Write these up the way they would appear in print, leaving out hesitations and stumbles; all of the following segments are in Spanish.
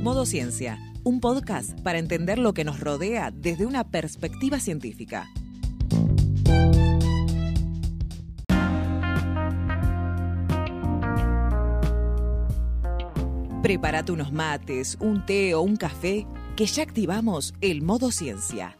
Modo Ciencia, un podcast para entender lo que nos rodea desde una perspectiva científica. Prepárate unos mates, un té o un café, que ya activamos el Modo Ciencia.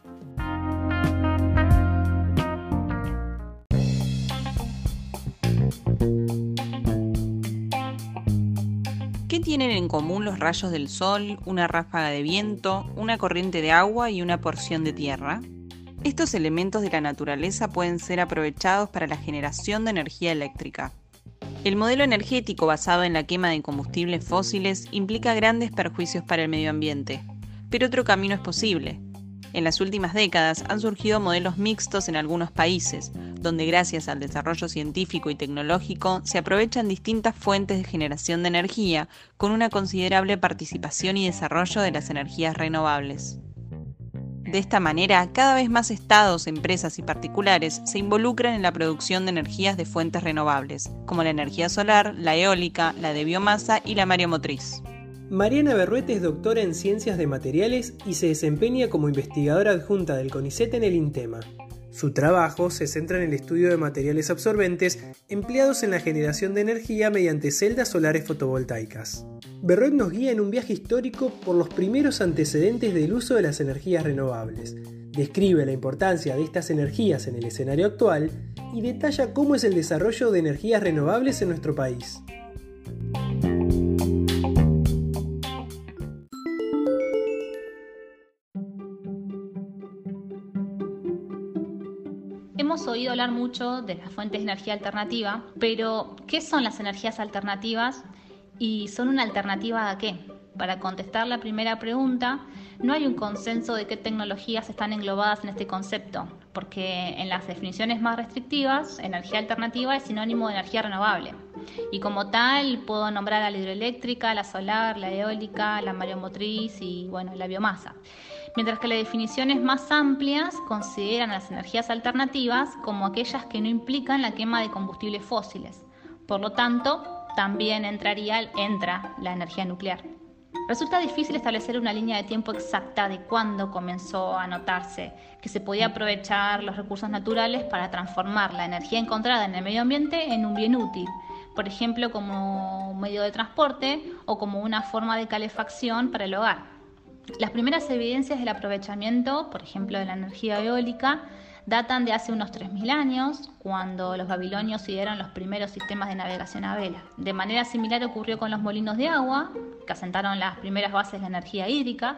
¿Qué tienen en común los rayos del sol, una ráfaga de viento, una corriente de agua y una porción de tierra? Estos elementos de la naturaleza pueden ser aprovechados para la generación de energía eléctrica. El modelo energético basado en la quema de combustibles fósiles implica grandes perjuicios para el medio ambiente, pero otro camino es posible. En las últimas décadas han surgido modelos mixtos en algunos países, donde gracias al desarrollo científico y tecnológico se aprovechan distintas fuentes de generación de energía con una considerable participación y desarrollo de las energías renovables. De esta manera, cada vez más estados, empresas y particulares se involucran en la producción de energías de fuentes renovables, como la energía solar, la eólica, la de biomasa y la mareomotriz. Mariana Berruete es doctora en Ciencias de Materiales y se desempeña como investigadora adjunta del CONICET en el INTEMA. Su trabajo se centra en el estudio de materiales absorbentes empleados en la generación de energía mediante celdas solares fotovoltaicas. Berruet nos guía en un viaje histórico por los primeros antecedentes del uso de las energías renovables. Describe la importancia de estas energías en el escenario actual y detalla cómo es el desarrollo de energías renovables en nuestro país. Hemos oído hablar mucho de las fuentes de energía alternativa, pero ¿qué son las energías alternativas y son una alternativa a qué? Para contestar la primera pregunta, no hay un consenso de qué tecnologías están englobadas en este concepto, porque en las definiciones más restrictivas, energía alternativa es sinónimo de energía renovable. Y como tal, puedo nombrar a la hidroeléctrica, la solar, la eólica, la mareomotriz y, la biomasa. Mientras que las definiciones más amplias consideran a las energías alternativas como aquellas que no implican la quema de combustibles fósiles. Por lo tanto, también entra la energía nuclear. Resulta difícil establecer una línea de tiempo exacta de cuándo comenzó a notarse que se podía aprovechar los recursos naturales para transformar la energía encontrada en el medio ambiente en un bien útil, por ejemplo como un medio de transporte o como una forma de calefacción para el hogar. Las primeras evidencias del aprovechamiento, por ejemplo de la energía eólica, datan de hace unos 3.000 años, cuando los babilonios idearon los primeros sistemas de navegación a vela. De manera similar ocurrió con los molinos de agua, que asentaron las primeras bases de la energía hídrica,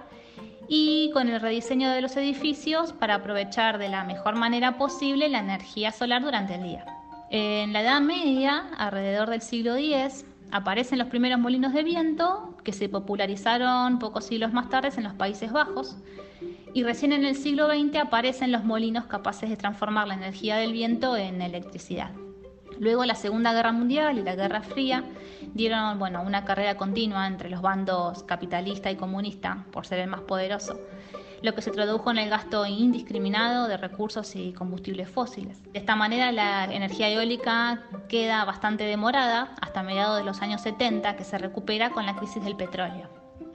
y con el rediseño de los edificios para aprovechar de la mejor manera posible la energía solar durante el día. En la Edad Media, alrededor del siglo X, aparecen los primeros molinos de viento, que se popularizaron pocos siglos más tarde en los Países Bajos, y recién en el siglo XX aparecen los molinos capaces de transformar la energía del viento en electricidad. Luego la Segunda Guerra Mundial y la Guerra Fría dieron una carrera continua entre los bandos capitalista y comunista por ser el más poderoso, lo que se tradujo en el gasto indiscriminado de recursos y combustibles fósiles. De esta manera la energía eólica queda bastante demorada hasta mediados de los años 70, que se recupera con la crisis del petróleo.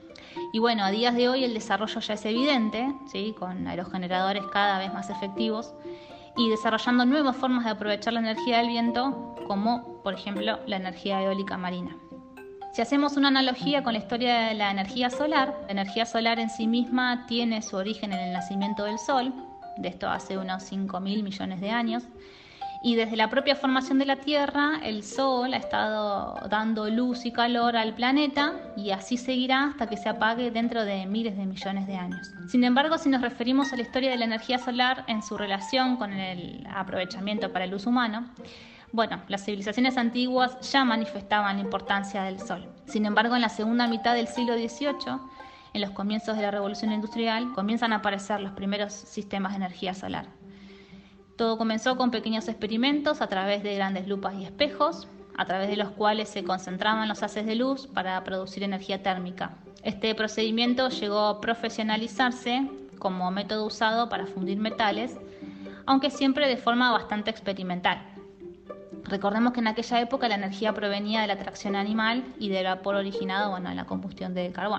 Y a días de hoy el desarrollo ya es evidente, ¿sí? Con aerogeneradores cada vez más efectivos y desarrollando nuevas formas de aprovechar la energía del viento, como por ejemplo la energía eólica marina. Si hacemos una analogía con la historia de la energía solar en sí misma tiene su origen en el nacimiento del Sol, de esto hace unos 5.000 millones de años, y desde la propia formación de la Tierra, el Sol ha estado dando luz y calor al planeta y así seguirá hasta que se apague dentro de miles de millones de años. Sin embargo, si nos referimos a la historia de la energía solar en su relación con el aprovechamiento para el uso humano, las civilizaciones antiguas ya manifestaban la importancia del Sol. Sin embargo, en la segunda mitad del siglo XVIII, en los comienzos de la Revolución Industrial, comienzan a aparecer los primeros sistemas de energía solar. Todo comenzó con pequeños experimentos a través de grandes lupas y espejos, a través de los cuales se concentraban los haces de luz para producir energía térmica. Este procedimiento llegó a profesionalizarse como método usado para fundir metales, aunque siempre de forma bastante experimental. Recordemos que en aquella época la energía provenía de la tracción animal y del vapor originado en la combustión del carbón.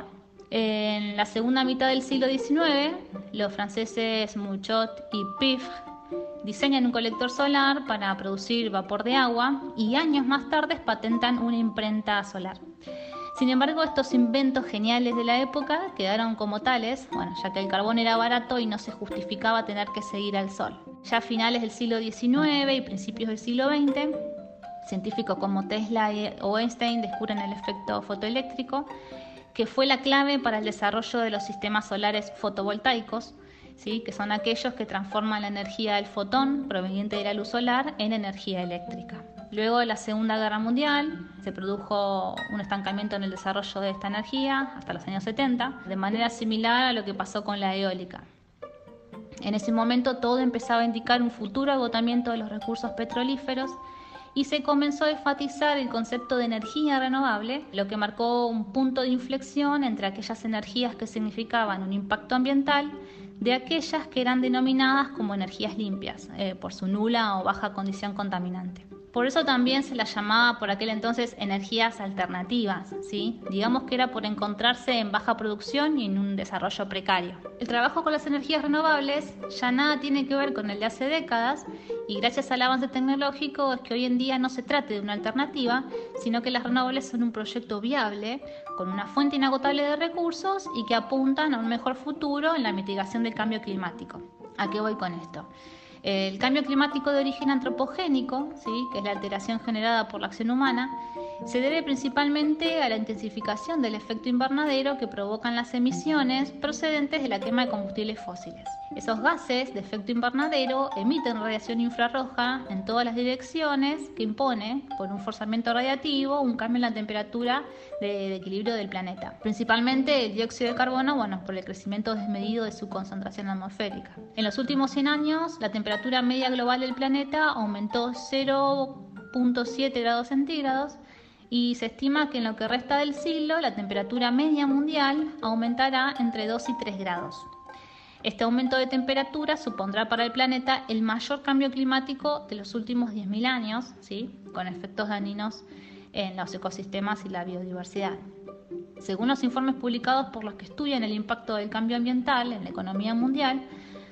En la segunda mitad del siglo XIX, los franceses Mouchot y Pifre diseñan un colector solar para producir vapor de agua y años más tarde patentan una imprenta solar. Sin embargo, estos inventos geniales de la época quedaron como tales, ya que el carbón era barato y no se justificaba tener que seguir al sol. Ya a finales del siglo XIX y principios del siglo XX, científicos como Tesla o Einstein descubren el efecto fotoeléctrico, que fue la clave para el desarrollo de los sistemas solares fotovoltaicos, ¿sí? Que son aquellos que transforman la energía del fotón proveniente de la luz solar en energía eléctrica. Luego de la Segunda Guerra Mundial se produjo un estancamiento en el desarrollo de esta energía hasta los años 70, de manera similar a lo que pasó con la eólica. En ese momento todo empezaba a indicar un futuro agotamiento de los recursos petrolíferos y se comenzó a enfatizar el concepto de energía renovable, lo que marcó un punto de inflexión entre aquellas energías que significaban un impacto ambiental de aquellas que eran denominadas como energías limpias, por su nula o baja condición contaminante. Por eso también se las llamaba por aquel entonces energías alternativas, ¿sí? Digamos que era por encontrarse en baja producción y en un desarrollo precario. El trabajo con las energías renovables ya nada tiene que ver con el de hace décadas y gracias al avance tecnológico es que hoy en día no se trate de una alternativa, sino que las renovables son un proyecto viable con una fuente inagotable de recursos y que apuntan a un mejor futuro en la mitigación del cambio climático. ¿A qué voy con esto? El cambio climático de origen antropogénico, ¿sí? Que es la alteración generada por la acción humana, se debe principalmente a la intensificación del efecto invernadero que provocan las emisiones procedentes de la quema de combustibles fósiles. Esos gases de efecto invernadero emiten radiación infrarroja en todas las direcciones que impone, por un forzamiento radiativo, un cambio en la temperatura de equilibrio del planeta. Principalmente el dióxido de carbono, por el crecimiento desmedido de su concentración atmosférica. En los últimos 100 años, la temperatura media global del planeta aumentó 0,7 grados centígrados y se estima que en lo que resta del siglo la temperatura media mundial aumentará entre 2 y 3 grados. Este aumento de temperatura supondrá para el planeta el mayor cambio climático de los últimos 10.000 años, ¿sí? Con efectos dañinos en los ecosistemas y la biodiversidad. Según los informes publicados por los que estudian el impacto del cambio ambiental en la economía mundial,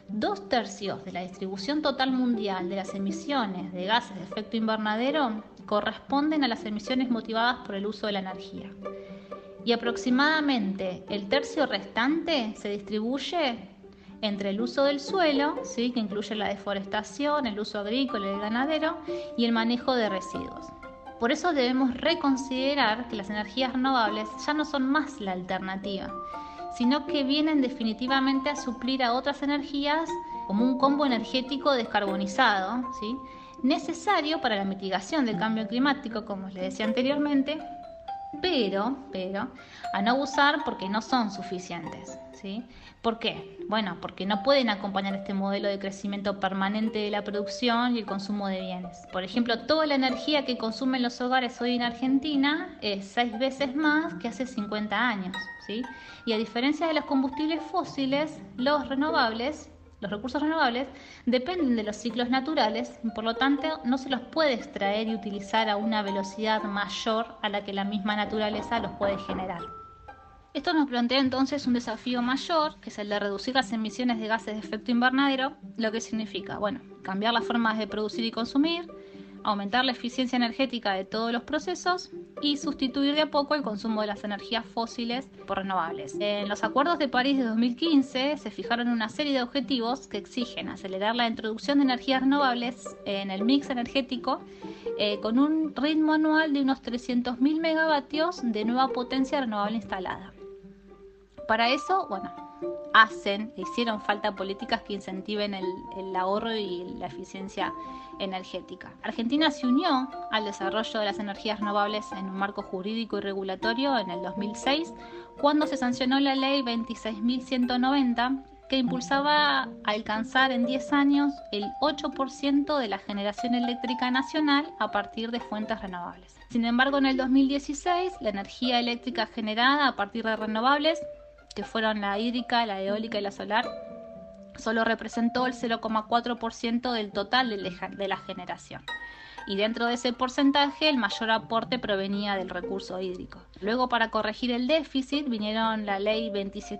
2/3 de la distribución total mundial de las emisiones de gases de efecto invernadero corresponden a las emisiones motivadas por el uso de la energía. Y aproximadamente el tercio restante se distribuye entre el uso del suelo, ¿sí? Que incluye la deforestación, el uso agrícola y el ganadero, y el manejo de residuos. Por eso debemos reconsiderar que las energías renovables ya no son más la alternativa, sino que vienen definitivamente a suplir a otras energías como un combo energético descarbonizado, ¿sí? Necesario para la mitigación del cambio climático, como les decía anteriormente, pero a no abusar porque no son suficientes, ¿sí? ¿Por qué? Porque no pueden acompañar este modelo de crecimiento permanente de la producción y el consumo de bienes. Por ejemplo, toda la energía que consumen los hogares hoy en Argentina es 6 veces más que hace 50 años, ¿sí? Y a diferencia de los combustibles fósiles, los recursos renovables dependen de los ciclos naturales y por lo tanto no se los puede extraer y utilizar a una velocidad mayor a la que la misma naturaleza los puede generar. Esto nos plantea entonces un desafío mayor, que es el de reducir las emisiones de gases de efecto invernadero, lo que significa, cambiar las formas de producir y consumir, aumentar la eficiencia energética de todos los procesos y sustituir de a poco el consumo de las energías fósiles por renovables. En los acuerdos de París de 2015 se fijaron una serie de objetivos que exigen acelerar la introducción de energías renovables en el mix energético con un ritmo anual de unos 300.000 megavatios de nueva potencia renovable instalada. Para eso, hicieron falta políticas que incentiven el ahorro y la eficiencia energética. Argentina se unió al desarrollo de las energías renovables en un marco jurídico y regulatorio en el 2006, cuando se sancionó la ley 26.190, que impulsaba a alcanzar en 10 años el 8% de la generación eléctrica nacional a partir de fuentes renovables. Sin embargo, en el 2016, la energía eléctrica generada a partir de renovables, que fueron la hídrica, la eólica y la solar, solo representó el 0,4% del total de la generación. y dentro de ese porcentaje el mayor aporte provenía del recurso hídrico. Luego, para corregir el déficit, vinieron la ley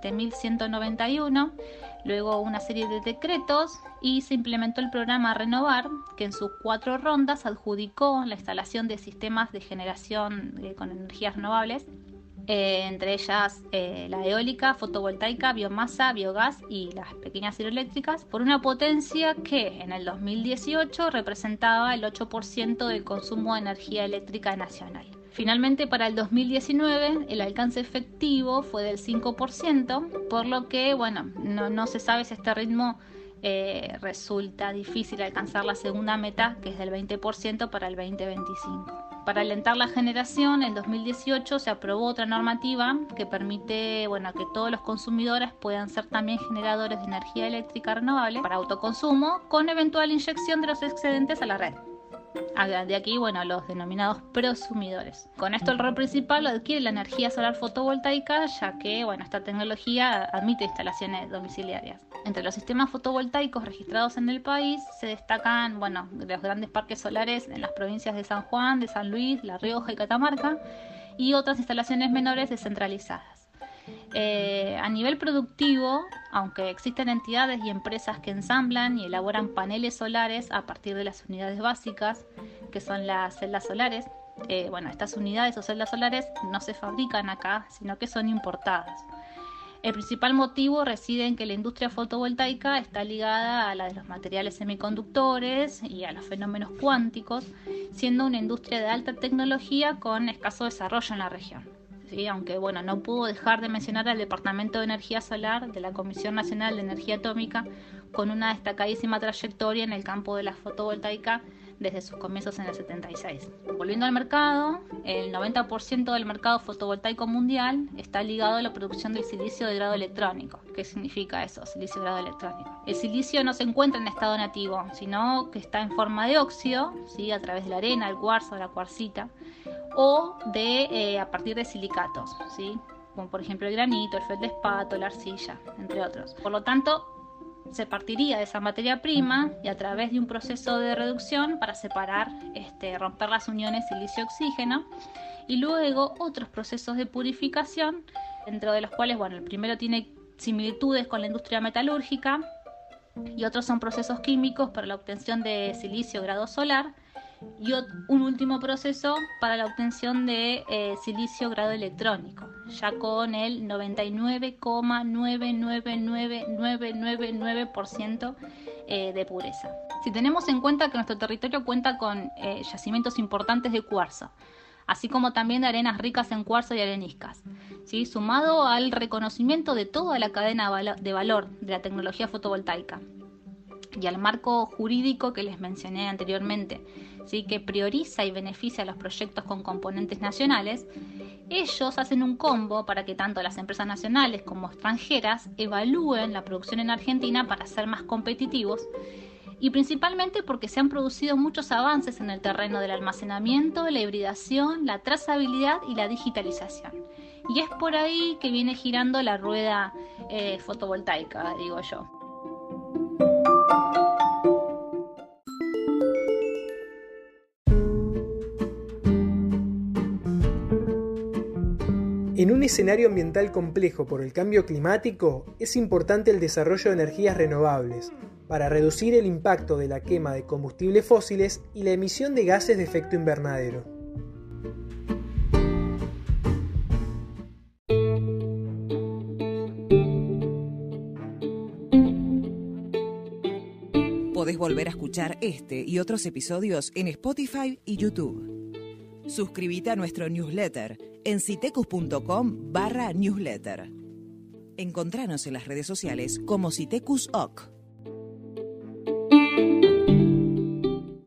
27.191, luego una serie de decretos y se implementó el programa Renovar, que en sus 4 rondas adjudicó la instalación de sistemas de generación con energías renovables, entre ellas la eólica, fotovoltaica, biomasa, biogás y las pequeñas hidroeléctricas, por una potencia que en el 2018 representaba el 8% del consumo de energía eléctrica nacional. Finalmente, para el 2019 el alcance efectivo fue del 5%, por lo que no se sabe si este ritmo resulta difícil alcanzar la segunda meta, que es del 20% para el 2025. Para alentar la generación, en 2018 se aprobó otra normativa que permite que todos los consumidores puedan ser también generadores de energía eléctrica renovable para autoconsumo, con eventual inyección de los excedentes a la red. De aquí, los denominados prosumidores. Con esto el rol principal lo adquiere la energía solar fotovoltaica, ya que esta tecnología admite instalaciones domiciliarias. Entre los sistemas fotovoltaicos registrados en el país se destacan los grandes parques solares en las provincias de San Juan, de San Luis, La Rioja y Catamarca, y otras instalaciones menores descentralizadas. A nivel productivo, aunque existen entidades y empresas que ensamblan y elaboran paneles solares a partir de las unidades básicas, que son las celdas solares, estas unidades o celdas solares no se fabrican acá, sino que son importadas. El principal motivo reside en que la industria fotovoltaica está ligada a la de los materiales semiconductores y a los fenómenos cuánticos, siendo una industria de alta tecnología con escaso desarrollo en la región. Sí, aunque no puedo dejar de mencionar al Departamento de Energía Solar de la Comisión Nacional de Energía Atómica, con una destacadísima trayectoria en el campo de la fotovoltaica desde sus comienzos en el 76. Volviendo al mercado, el 90% del mercado fotovoltaico mundial está ligado a la producción del silicio de grado electrónico. ¿Qué significa eso, silicio de grado electrónico? El silicio no se encuentra en estado nativo, sino que está en forma de óxido, ¿sí?, a través de la arena, el cuarzo, la cuarcita, o a partir de silicatos, ¿sí?, como por ejemplo el granito, el feldespato, la arcilla, entre otros. Por lo tanto, se partiría de esa materia prima y a través de un proceso de reducción para separar, romper las uniones silicio-oxígeno, y luego otros procesos de purificación, dentro de los cuales, el primero tiene similitudes con la industria metalúrgica y otros son procesos químicos para la obtención de silicio grado solar, y un último proceso para la obtención de silicio grado electrónico, ya con el 99,999999% de pureza. Si tenemos en cuenta que nuestro territorio cuenta con yacimientos importantes de cuarzo, así como también de arenas ricas en cuarzo y areniscas, ¿sí?, sumado al reconocimiento de toda la cadena de valor de la tecnología fotovoltaica y al marco jurídico que les mencioné anteriormente, ¿sí?, que prioriza y beneficia a los proyectos con componentes nacionales, ellos hacen un combo para que tanto las empresas nacionales como extranjeras evalúen la producción en Argentina para ser más competitivos, y principalmente porque se han producido muchos avances en el terreno del almacenamiento, la hibridación, la trazabilidad y la digitalización. Y es por ahí que viene girando la rueda fotovoltaica, digo yo. En un escenario ambiental complejo por el cambio climático, es importante el desarrollo de energías renovables para reducir el impacto de la quema de combustibles fósiles y la emisión de gases de efecto invernadero. Podés volver a escuchar este y otros episodios en Spotify y YouTube. Suscríbete a nuestro newsletter en citecus.com/newsletter. Encontranos en las redes sociales como Citecus OC.